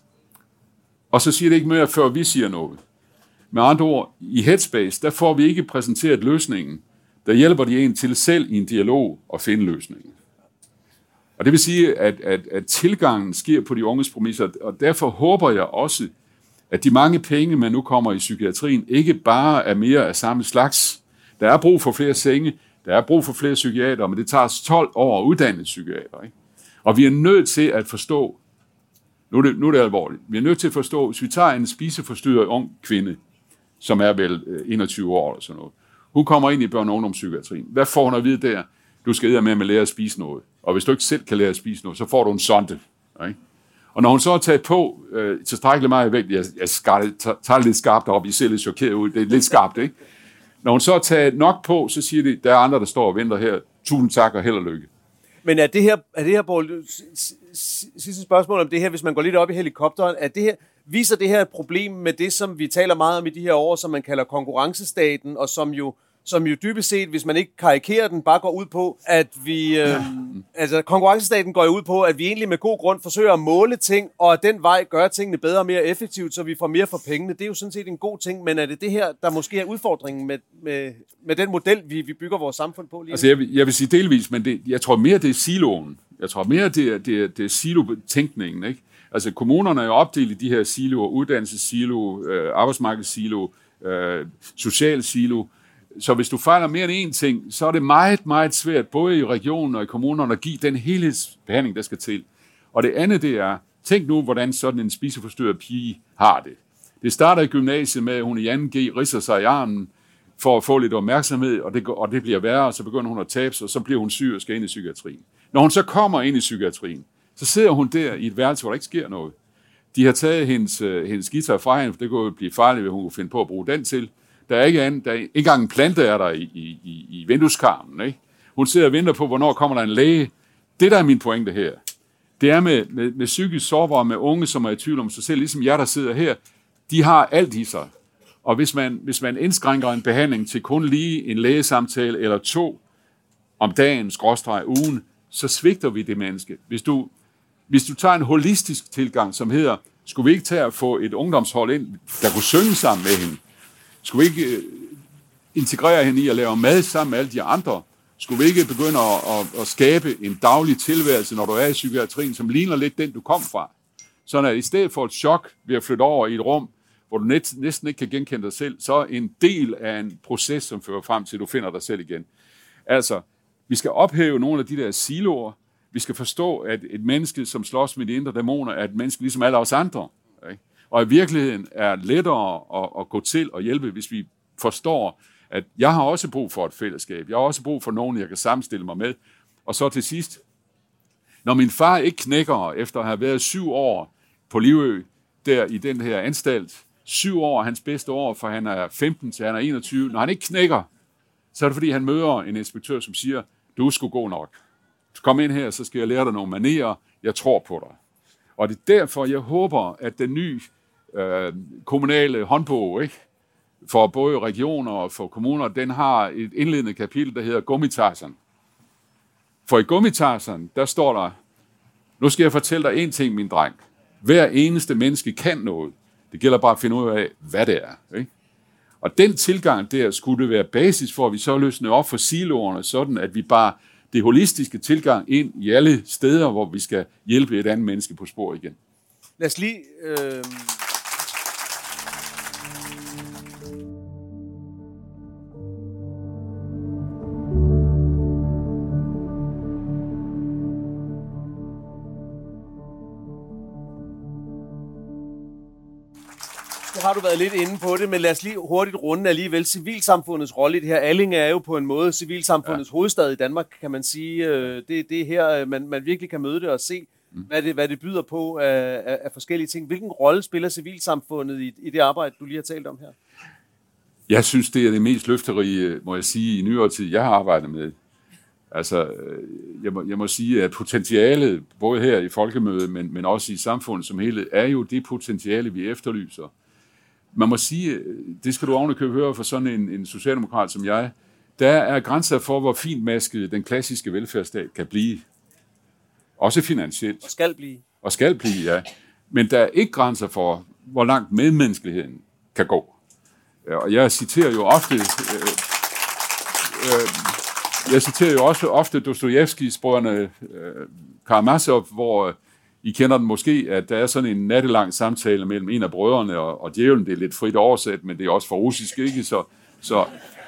og så siger det ikke mere, før vi siger noget. Med andre ord, i Headspace, der får vi ikke præsenteret løsningen, der hjælper de en til selv i en dialog at finde løsningen. Og det vil sige, at, at, at tilgangen sker på de unges præmisser, og derfor håber jeg også, at de mange penge, man nu kommer i psykiatrien, ikke bare er mere af samme slags. Der er brug for flere senge, der er brug for flere psykiater, men det tager tolv år at uddanne psykiater. Ikke? Og vi er nødt til at forstå, nu er, det, nu er det alvorligt, vi er nødt til at forstå, hvis vi tager en spiseforstyrret ung kvinde, som er vel enogtyve år eller sådan noget, hun kommer ind i børne- og ungdomspsykiatrien. Hvad får hun at vide der? Du skal eddermame med at lære at spise noget. Og hvis du ikke selv kan lære at spise noget, så får du en sonde. Ikke? Og når hun så er taget på øh, tilstrækkeligt meget vægt, jeg, jeg skal, tager lidt skarpt op, I ser lidt chokeret ud, det er lidt skarpt, ikke? Når hun så er taget nok på, så siger de, der er andre, der står og venter her. Tusind tak og held og lykke. Men er det her, er det her Poul, sidste spørgsmål om det her, hvis man går lidt op i helikopteren, er det her, viser det her et problem med det, som vi taler meget om i de her år, som man kalder konkurrencestaten, og som jo som jo dybest set, hvis man ikke karikerer den, bare går ud på, at vi... Øh, altså, konkurrencestaten går jo ud på, at vi egentlig med god grund forsøger at måle ting, og at den vej gør tingene bedre og mere effektivt, så vi får mere for pengene. Det er jo sådan set en god ting, men er det det her, der måske er udfordringen med, med, med den model, vi, vi bygger vores samfund på lige nu? Altså, jeg vil, jeg vil sige delvis, men det, jeg tror mere, det er siloen. Jeg tror mere, det er, det er, det er silotænkningen, ikke? Altså, kommunerne er jo opdelt i de her siloer, uddannelsessilo, øh, arbejdsmarkedssilo, øh, social silo. Så hvis du fejler mere end én ting, så er det meget, meget svært, både i regionen og i kommunerne, at give den helhedsbehandling, der skal til. Og det andet, det er, tænk nu, hvordan sådan en spiseforstyrret pige har det. Det starter i gymnasiet med, at hun i anden G ridser sig i armen for at få lidt opmærksomhed, og det, og det bliver værre, og så begynder hun at tabe sig, og så bliver hun syg og skal ind i psykiatrien. Når hun så kommer ind i psykiatrien, så sidder hun der i et værelse, hvor der ikke sker noget. De har taget hendes, hendes guitar fra hende, for det kunne jo blive farligt, hvis hun kunne finde på at bruge den til. Der er ikke andet, der er ikke engang en plante er der i, i, i vindueskarmen, ikke? Hun sidder og venter på, hvornår kommer der en læge. Det, der er min pointe her, det er med, med, med psykisk sårbare, med unge, som er i tvivl om sig selv, ligesom jeg, der sidder her, de har alt i sig. Og hvis man, hvis man indskrænker en behandling til kun lige en lægesamtale eller to om dagen, skråstreg ugen, så svigter vi det menneske. Hvis du, hvis du tager en holistisk tilgang, som hedder, skulle vi ikke tage at få et ungdomshold ind, der kunne synge sammen med hende? Skulle vi ikke integrere hende i at lave mad sammen med alle de andre? Skulle vi ikke begynde at, at, at skabe en daglig tilværelse, når du er i psykiatrien, som ligner lidt den, du kom fra? Sådan at i stedet for et chok ved at flytte over i et rum, hvor du net, næsten ikke kan genkende dig selv, så er en del af en proces, som fører frem til, at du finder dig selv igen. Altså, vi skal ophæve nogle af de der siloer. Vi skal forstå, at et menneske, som slås med de indre dæmoner, er et menneske ligesom alle os andre. Ikke? Og i virkeligheden er lettere at, at gå til og hjælpe, hvis vi forstår, at jeg har også brug for et fællesskab. Jeg har også brug for nogen, jeg kan sammenstille mig med. Og så til sidst, når min far ikke knækker, efter at have været syv år på Livø, der i den her anstalt, syv år er hans bedste år, for han er femten til han er enogtyve. Når han ikke knækker, så er det fordi, han møder en inspektør, som siger, du er sgu god nok. Kom ind her, så skal jeg lære dig nogle manerer. Jeg tror på dig. Og det er derfor, jeg håber, at den nye øh, kommunale håndbog, ikke, for både regioner og for kommuner, den har et indledende kapitel, der hedder Gummitarsen. For i Gummitarsen, der står der, nu skal jeg fortælle dig en ting, min dreng. Hver eneste menneske kan noget. Det gælder bare at finde ud af, hvad det er. Ikke? Og den tilgang der skulle det være basis for, at vi så løsner op for siloerne, sådan at vi bare det holistiske tilgang ind i alle steder, hvor vi skal hjælpe et andet menneske på spor igen. Lad os lige... Øh... har du været lidt inde på det, men lad os lige hurtigt runde alligevel civilsamfundets rolle i det her. Allinge er jo på en måde civilsamfundets ja. hovedstad i Danmark, kan man sige. Det, det er her, man, man virkelig kan møde det og se, hvad det, hvad det byder på af, af, af forskellige ting. Hvilken rolle spiller civilsamfundet i, i det arbejde, du lige har talt om her? Jeg synes, det er det mest løfterige, må jeg sige, i nyere tid, jeg har arbejdet med. Altså, jeg må, jeg må sige, at potentialet, både her i folkemødet, men, men også i samfundet som helhed, er jo det potentiale, vi efterlyser. Man må sige, det skal du ovenikøbet høre for sådan en, en socialdemokrat som jeg, der er grænser for, hvor fintmasket den klassiske velfærdsstat kan blive. Også finansielt. Og skal blive. Og skal blive, ja. Men der er ikke grænser for, hvor langt medmenneskeligheden kan gå. Og jeg citerer jo ofte... Øh, øh, jeg citerer jo også ofte Dostojevskijs brødrene øh, Karamazov, hvor... I kender den måske, at der er sådan en nattelang samtale mellem en af brødrene og, og djævlen. Det er lidt frit oversat, men det er også for russisk, ikke? Så, så,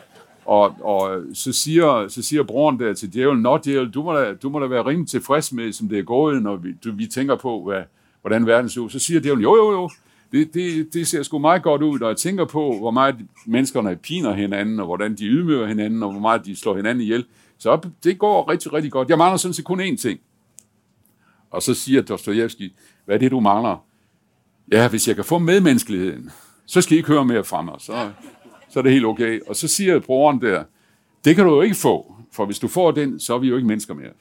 og og så, siger, så siger broren der til djævlen, nå djævel, du må da, du må da være rimelig tilfreds med, som det er gået, når vi, du, vi tænker på, hvad, hvordan verden ser ud. Så siger djævlen, jo jo jo, det, det, det ser sgu meget godt ud, og jeg tænker på, hvor meget menneskerne piner hinanden, og hvordan de ydmyger hinanden, og hvor meget de slår hinanden ihjel. Så det går rigtig, rigtig godt. Jeg mangler sådan set kun én ting. Og så siger Dostojevskij, hvad er det, du mangler? Ja, hvis jeg kan få medmenneskeligheden, så skal I ikke høre mere fra mig. Så, så er det helt okay. Og så siger broren der, det kan du jo ikke få, for hvis du får den, så er vi jo ikke mennesker mere.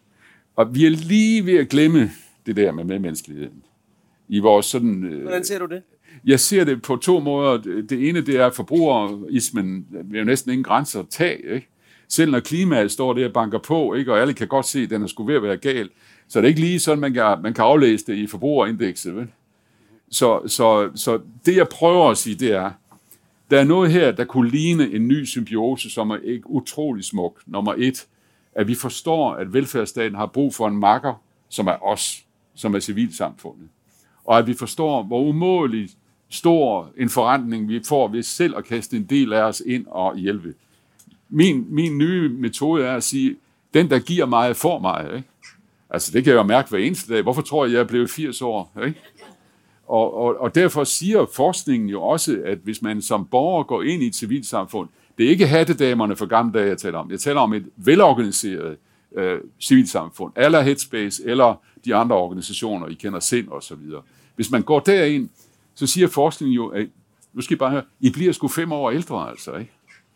Og vi er lige ved at glemme det der med medmenneskeligheden. I vores sådan... Hvordan ser du det? Jeg ser det på to måder. Det ene, det er forbrugerismen. Vi har jo næsten ingen grænser at tage, ikke? Selv når klimaet står der og banker på, ikke? Og alle kan godt se, at den er sgu ved at være gal. Så det er ikke lige sådan, man kan, man kan aflæse det i forbrugerindekset. Vel? Så, så, så det, jeg prøver at sige, det er, der er noget her, der kunne ligne en ny symbiose, som er ikke utrolig smuk. Nummer et, at vi forstår, at velfærdsstaten har brug for en makker, som er os, som er civilsamfundet. Og at vi forstår, hvor umådeligt stor en forretning vi får ved selv at kaste en del af os ind og hjælpe. Min, min nye metode er at sige, den, der giver meget, får meget, ikke? Altså, det kan jeg jo mærke hver eneste dag. Hvorfor tror jeg, jeg er blevet firs år? Ikke? Og, og, og derfor siger forskningen jo også, at hvis man som borger går ind i et civilsamfund, det er ikke hattedamerne for gamle dage, jeg taler om. Jeg taler om et velorganiseret øh, civilsamfund, eller Headspace, eller de andre organisationer, I kender Sind og så videre. Hvis man går derind, så siger forskningen jo, at nu skal I bare høre, I bliver sgu fem år ældre, altså, ikke?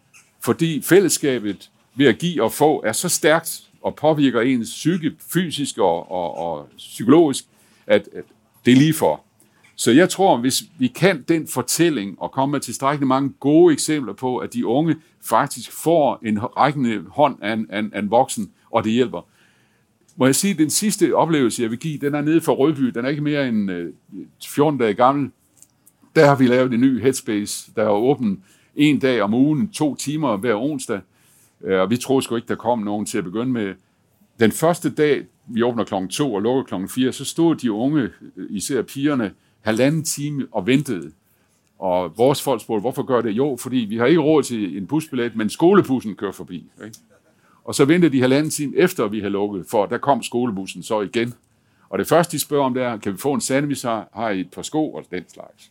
Fordi fællesskabet ved at give og få er så stærkt, og påvirker ens psyke, fysisk og, og, og psykologisk, at, at det er lige for. Så jeg tror, hvis vi kan den fortælling, og komme med tilstrækkeligt mange gode eksempler på, at de unge faktisk får en rækkende hånd af en, af en, af en voksen, og det hjælper. Må jeg sige, at den sidste oplevelse, jeg vil give, den er nede fra Rødby, den er ikke mere end fjorten dage gammel. Der har vi lavet en ny Headspace, der er åben en dag om ugen, to timer hver onsdag. Og vi troede sgu ikke, der kom nogen til at begynde med. Den første dag, vi åbner klokken to og lukker klokken fire, så stod de unge, især pigerne, halvanden time og ventede. Og vores folk spurgte, hvorfor gør det? Jo, fordi vi har ikke råd til en busbillet, men skolebussen kører forbi. Ikke? Og så ventede de halvanden time efter, vi havde lukket, for der kom skolebussen så igen. Og det første, de spørger om, det er, kan vi få en sandwich, har I et par sko og den slags.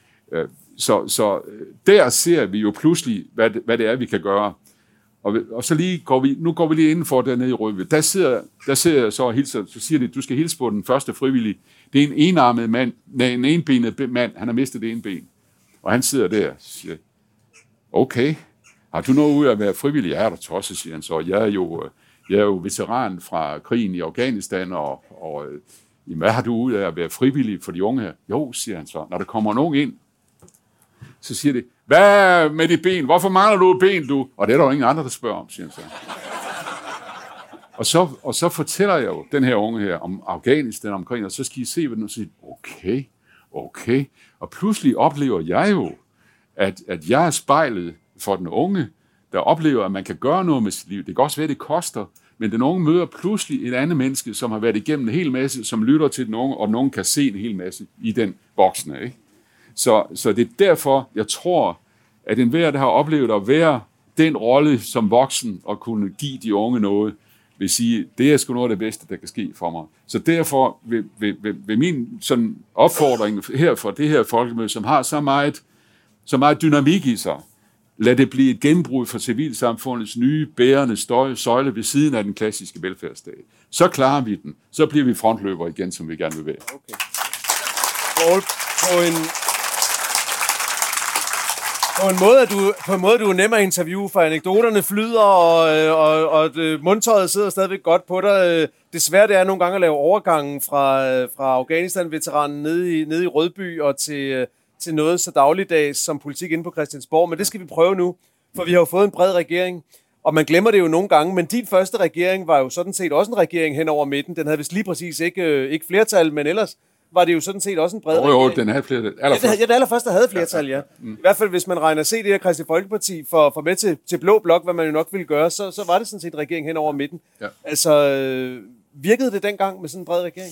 Så, så der ser vi jo pludselig, hvad det, hvad det er, vi kan gøre. Og, og så lige går vi, nu går vi lige indenfor dernede i Rødby. Der sidder, der sidder jeg så og hilser, så siger de, du skal hilse på den første frivillige. Det er en enarmet mand, nej, en enbenet mand, han har mistet det ene ben. Og han sidder der og siger, okay, har du noget ud af at være frivillig? Ja, der tosser, siger han så. Jeg er jo, jeg er jo veteran fra krigen i Afghanistan, og, og hvad har du ud af at være frivillig for de unge her? Jo, siger han så. Når der kommer nogen ind, så siger de, hvad med de ben? Hvorfor mangler du et ben, du? Og det er der jo ingen andre, der spørger om, siger han så. Og så, og så fortæller jeg jo den her unge her om Afghanistan omkring, og så skal I se, hvad den siger. Okay, okay. Og pludselig oplever jeg jo, at, at jeg er spejlet for den unge, der oplever, at man kan gøre noget med sit liv. Det kan også være, at det koster, men den unge møder pludselig et andet menneske, som har været igennem en hel masse, som lytter til den unge, og den unge kan se en hel masse i den voksne, ikke? Så, så det er derfor, jeg tror, at enhver, der har oplevet at være den rolle som voksen og kunne give de unge noget, vil sige, det er sgu noget af det bedste, der kan ske for mig. Så derfor vil, vil, vil, vil min sådan opfordring her for det her folkemøde, som har så meget, så meget dynamik i sig, Lad det blive et gennembrud for civilsamfundets nye, bærende støj, søjle ved siden af den klassiske velfærdsstat. Så klarer vi den. Så bliver vi frontløber igen, som vi gerne vil være. Okay. Poul, på en, på en måde er du, på en måde, du er nem at interviewe, for anekdoterne flyder, og, og, og mundtøjet sidder stadigvæk godt på dig. Desværre det er nogle gange at lave overgangen fra, fra Afghanistan-veteranen nede i, nede i Rødby og til, til noget så dagligdags som politik inde på Christiansborg. Men det skal vi prøve nu, for vi har jo fået en bred regering. Og man glemmer det jo nogle gange, men din første regering var jo sådan set også en regering hen over midten. Den havde vist lige præcis ikke, ikke flertal, men ellers var det jo sådan set også en bred jo, regering. Jo, den havde flertal. Ja, det, ja, det allerførste havde flertal, ja. Mm. I hvert fald, hvis man regner C D og Kristeligt Folkeparti for, for med til, til Blå Blok, hvad man jo nok ville gøre, så, så var det sådan set en regering hen over midten. Ja. Altså, øh, virkede det dengang med sådan en bred regering?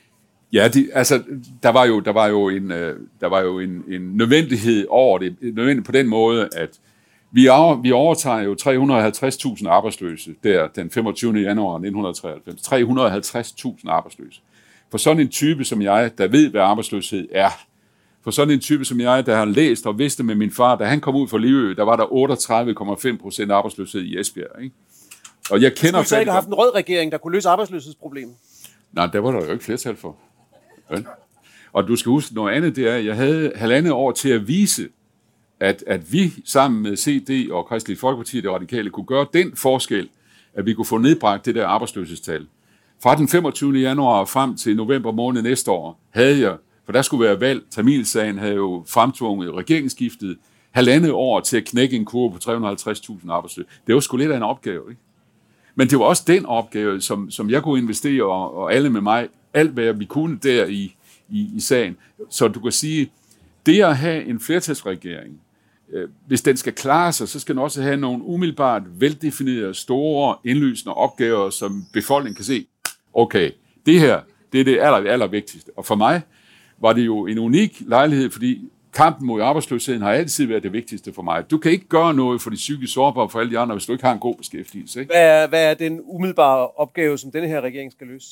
Ja, de, altså, der var jo, der var jo, en, øh, der var jo en, en nødvendighed over det. Nødvendigt på den måde, at vi, over, vi overtager jo tre hundrede og halvtreds tusind arbejdsløse der den femogtyvende januar nitten treoghalvfems. tre hundrede og halvtreds tusind arbejdsløse. For sådan en type som jeg, der ved, hvad arbejdsløshed er. For sådan en type som jeg, der har læst og vidste med min far, da han kom ud fra Livø, der var der otteogtredive komma fem procent arbejdsløshed i Esbjerg. Ikke? Og jeg kender... Skulle så ikke have haft en rød regering, der kunne løse arbejdsløshedsproblemet? Nej, der var der jo ikke flertal for. Ja. Og du skal huske noget andet, det er, at jeg havde halvandet år til at vise, at, at vi sammen med C D og Kristeligt Folkeparti og Det Radikale kunne gøre den forskel, at vi kunne få nedbragt det der arbejdsløshedstal. Fra den femogtyvende januar frem til november måned næste år havde jeg, for der skulle være valg, Tamilsagen havde jo fremtvunget regeringsskiftet, halvandet år til at knække en kurve på tre hundrede og halvtreds tusind arbejdsløse. Det var sgu lidt af en opgave, ikke? Men det var også den opgave, som, som jeg kunne investere, og, og alle med mig, alt hvad vi kunne der i, i, i sagen. Så du kan sige, det at have en flertalsregering, øh, hvis den skal klare sig, så skal den også have nogle umiddelbart veldefinerede, store, indlysende opgaver, som befolkningen kan se. Okay, det her, det er det aller, aller vigtigste. Og for mig var det jo en unik lejlighed, fordi kampen mod arbejdsløsheden har altid været det vigtigste for mig. Du kan ikke gøre noget for de psykisk sårbare for alle de andre, hvis du ikke har en god beskæftigelse. Ikke? Hvad, er, hvad er den umiddelbare opgave, som denne her regering skal løse så?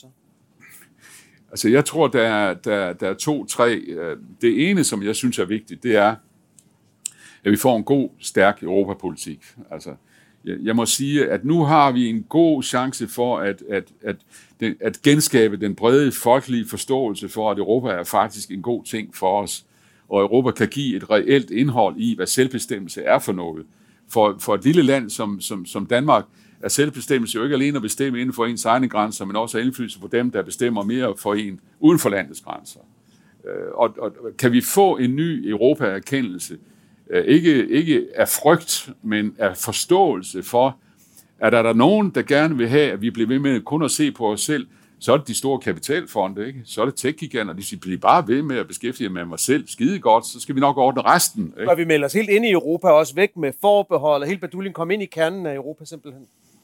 Altså, jeg tror, der er, der, der er to, tre. Det ene, som jeg synes er vigtigt, det er, at vi får en god, stærk europapolitik. Altså, jeg må sige, at nu har vi en god chance for at, at, at, at genskabe den brede folkelige forståelse for, at Europa er faktisk en god ting for os, og Europa kan give et reelt indhold i, hvad selvbestemmelse er for noget. For, for et lille land som, som, som Danmark er selvbestemmelse jo ikke alene at bestemme inden for ens egne grænser, men også at indflydelse på dem, der bestemmer mere for en uden for landets grænser. Og, og kan vi få en ny Europa-erkendelse, Ikke, ikke af frygt, men af forståelse for, at er der nogen, der gerne vil have, at vi bliver ved med kun at se på os selv, så er det de store kapitalfonde, ikke? Så er det tech-giganter, de siger, bliver bare ved med at beskæftige med mig selv skide godt, så skal vi nok ordne resten. Ikke? Og vi melder os helt ind i Europa, også væk med forbehold, og helt baduljen kom ind i kernen af Europa simpelthen.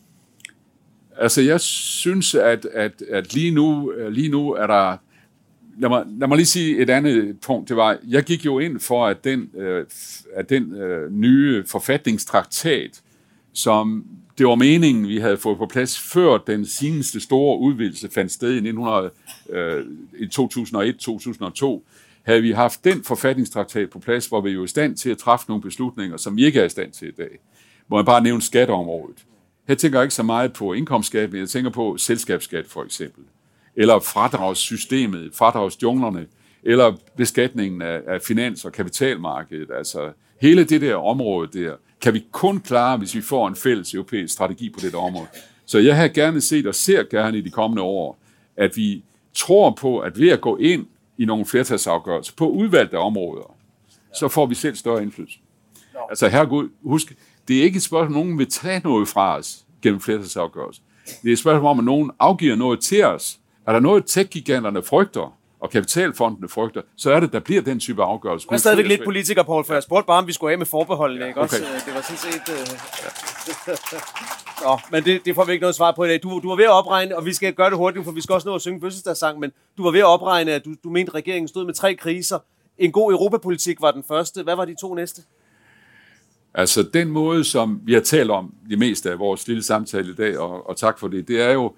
Altså, jeg synes, at, at, at lige, nu, lige nu er der... Lad mig, lad mig lige sige et andet punkt. Det var, jeg gik jo ind for, at den, øh, at den øh, nye forfatningstraktat, som det var meningen, vi havde fået på plads før den seneste store udvidelse fandt sted i, nitten hundrede, øh, i to tusind og et til to tusind og to, havde vi haft den forfatningstraktat på plads, hvor vi jo er i stand til at træffe nogle beslutninger, som vi ikke er i stand til i dag. Må jeg bare nævne skatteområdet. Her tænker jeg ikke så meget på indkomstskat, men jeg tænker på selskabsskat for eksempel. Eller fradragssystemet, fradragsdjunglerne, eller beskatningen af, af finans- og kapitalmarkedet. Altså hele det der område der, kan vi kun klare, hvis vi får en fælles europæisk strategi på det område. Så jeg har gerne set og ser gerne i de kommende år, at vi tror på, at ved at gå ind i nogle flertalsafgørelser på udvalgte områder, så får vi selv større indflydelse. Altså herregud, husk, det er ikke et spørgsmål, om nogen vil tage noget fra os gennem flertalsafgørelser. Det er et spørgsmål om, at nogen afgiver noget til os. Er der noget, tech-giganterne frygter, og kapitalfondene frygter, så er det, der bliver den type afgørelse. Jeg er stadigvæk lidt politiker, Poul, for jeg spurgte bare, om vi skulle af med forbeholdene, ikke? Okay. Også, det var sådan set... Uh... Nå, men det, det får vi ikke noget svar på i dag. Du, du var ved at opregne, og vi skal gøre det hurtigt, for vi skal også nå at synge fødselsdagssang, men du var ved at opregne, at du, du mente, at regeringen stod med tre kriser. En god europapolitik var den første. Hvad var de to næste? Altså, den måde, som vi har talt om det meste af vores lille samtale i dag, og, og tak for det, det er jo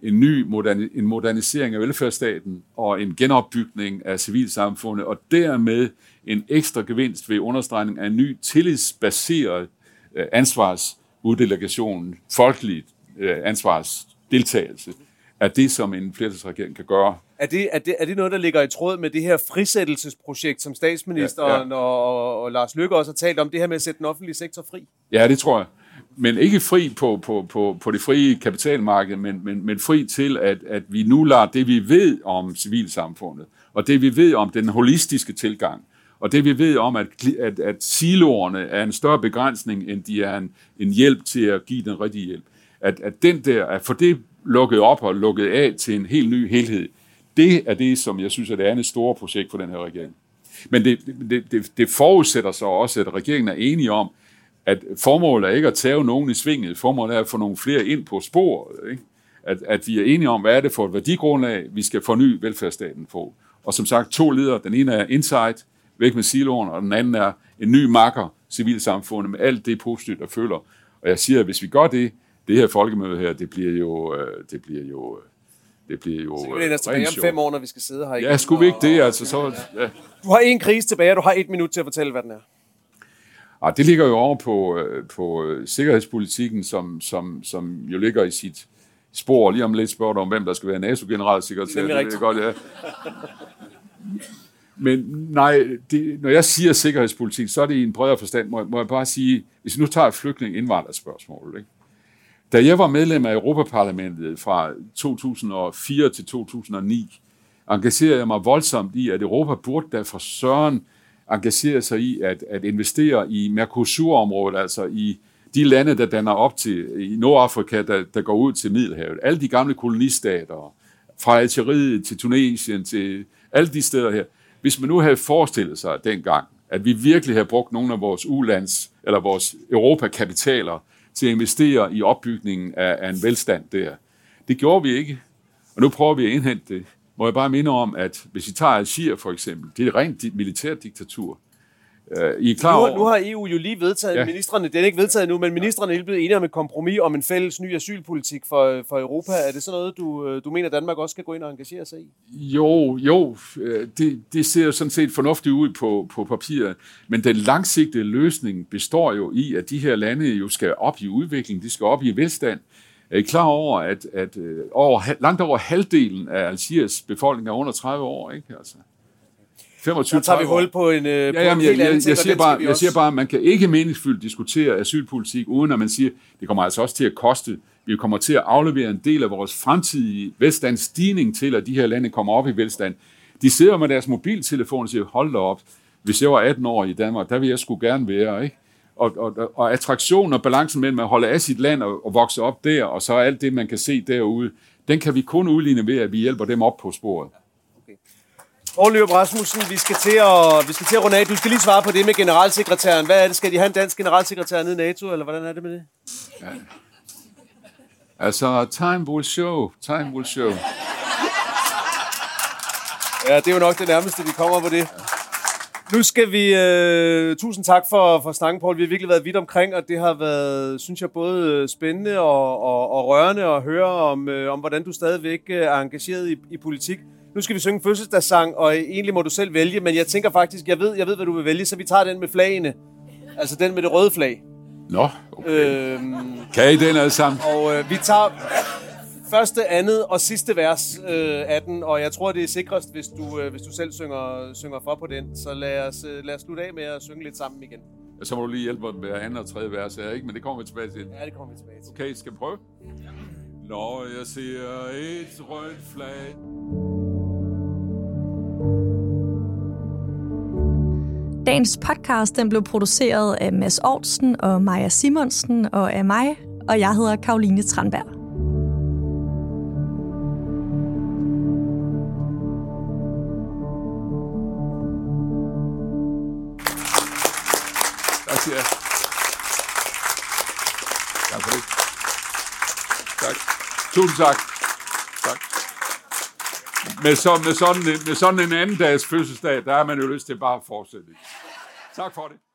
en ny moderni- en modernisering af velfærdsstaten og en genopbygning af civilsamfundet, og dermed en ekstra gevinst ved understregning af en ny tillidsbaseret øh, ansvarsuddelegation, folkelig øh, ansvarsdeltagelse, er det, som en flertalsregering kan gøre. Er det, er, det, er det noget, der ligger i tråd med det her frisættelsesprojekt, som statsministeren ja, ja. Og, og Lars Løkke også har talt om, det her med at sætte den offentlige sektor fri? Ja, det tror jeg. Men ikke fri på, på, på, på det frie kapitalmarked, men, men, men fri til, at, at vi nu lader det, vi ved om civilsamfundet, og det, vi ved om den holistiske tilgang, og det, vi ved om, at, at, at siloerne er en større begrænsning, end de er en, en hjælp til at give den rigtige hjælp. At, at den der, at få det lukket op og lukket af til en helt ny helhed, det er det, som jeg synes er det andet store projekt for den her regering. Men det, det, det, det forudsætter så også, at regeringen er enige om, at formålet er ikke at tage nogen i svinget, formålet er at få nogle flere ind på sporet. Ikke? At, at vi er enige om, hvad er det for et værdigrundlag, vi skal forny velfærdsstaten på. Og som sagt, to ledere. Den ene er insight, væk med siloen, og den anden er en ny makker, civilsamfundet, med alt det positivt, der følger. Og jeg siger, at hvis vi gør det, det her folkemøde her, det bliver jo... Det bliver jo det bliver jo... Så kan vi lade os tilbage om fem år, når vi skal sidde her igen. Ja, skulle vi ikke det, altså så... Ja. Du har en krise tilbage, og du har et minut til at fortælle, hvad den er. Ah, det ligger jo over på, på sikkerhedspolitikken, som, som, som jo ligger i sit spor. Lige om lidt spørger du om, hvem der skal være NATO-generalsekretær. Det er rigtigt. Godt, ja. Men nej, det, når jeg siger sikkerhedspolitik, så er det i en bredere forstand, må, må jeg bare sige, hvis vi nu tager flygtning-indvandrerspørgsmål, ikke? Da jeg var medlem af Europaparlamentet fra to tusind og fire til to tusind og ni, engagerede jeg mig voldsomt i, at Europa burde da for søren engagere sig i at, at investere i Mercosur-området, altså i de lande, der danner op til, i Nordafrika, der, der går ud til Middelhavet. Alle de gamle kolonistater, fra Algeriet til Tunesien, til alle de steder her. Hvis man nu havde forestillet sig dengang, at vi virkelig havde brugt nogle af vores ulands, eller vores Europa-kapitaler, til at investere i opbygningen af, af en velstand der. Det gjorde vi ikke, og nu prøver vi at indhente det. Må jeg bare minde om, at hvis I tager Algier for eksempel, det er et rent militært diktatur. Uh, I er klar nu, over... nu har E U jo lige vedtaget, ja. ministerne, det er ikke vedtaget nu, men ministerne er lige blevet enige om et kompromis om en fælles ny asylpolitik for, for Europa. Er det sådan noget, du, du mener, Danmark også skal gå ind og engagere sig i? Jo, jo, det, det ser jo sådan set fornuftigt ud på, på papiret, men den langsigtede løsning består jo i, at de her lande jo skal op i udvikling, de skal op i velstand. Er I klar over, at, at over, langt over halvdelen af Algiers befolkning er under tredive år, ikke? Altså, femogtyve, så tager vi hul på en, ja, på jamen, en helt jeg, anden jeg, ting, jeg, siger bare, jeg også... siger bare, at man kan ikke meningsfyldt diskutere asylpolitik, uden at man siger, at det kommer altså også til at koste. Vi kommer til at aflevere en del af vores fremtidige velstandsstigning til, at de her lande kommer op i velstand. De sidder med deres mobiltelefon og siger, hold da op, hvis jeg var atten år i Danmark, der vil jeg sgu gerne være, ikke? Og, og, og attraktionen og balancen mellem at holde af sit land og, og vokse op der, og så alt det, man kan se derude, den kan vi kun udligne ved, at vi hjælper dem op på sporet. Okay. Poul Nyrup Rasmussen, vi skal til at vi skal til at runde af. Du skal lige svare på det med generalsekretæren. Hvad er det? Skal de have en dansk generalsekretær nede i NATO, eller hvordan er det med det? Ja. Altså, time will show. Time will show. Ja, det er jo nok det nærmeste, vi kommer på det. Ja. Nu skal vi... Øh, tusind tak for, for snakken, Poul. Vi har virkelig været vidt omkring, og det har været, synes jeg, både spændende og, og, og rørende at høre om, øh, om, hvordan du stadigvæk er engageret i, i politik. Nu skal vi synge en fødselsdagssang, og egentlig må du selv vælge, men jeg tænker faktisk, jeg ved, jeg ved, hvad du vil vælge, så vi tager den med flagene. Altså den med det røde flag. Nå, okay. Øhm, kan I den alle sammen? Og øh, vi tager første, andet og sidste vers øh, af den, og jeg tror, det er sikrest, hvis du, øh, hvis du selv synger, synger for på den. Så lad os, øh, lad os slutte af med at synge lidt sammen igen. Ja, så må du lige hjælpe mig med anden og tredje vers her, ikke? Men det kommer vi tilbage til. Ja, det kommer vi tilbage til. Okay, skal vi prøve? Ja. Når jeg ser et rødt flag. Dagens podcast den blev produceret af Mads Aartsen og Maja Simonsen og af mig, og jeg hedder Caroline Tranberg. Tak siger jeg. Tak for det. Tak. Tusind tak. Tak. Med, så, med, sådan en, med sådan en anden dags fødselsdag, der har man jo lyst til bare at fortsætte. Tak for det.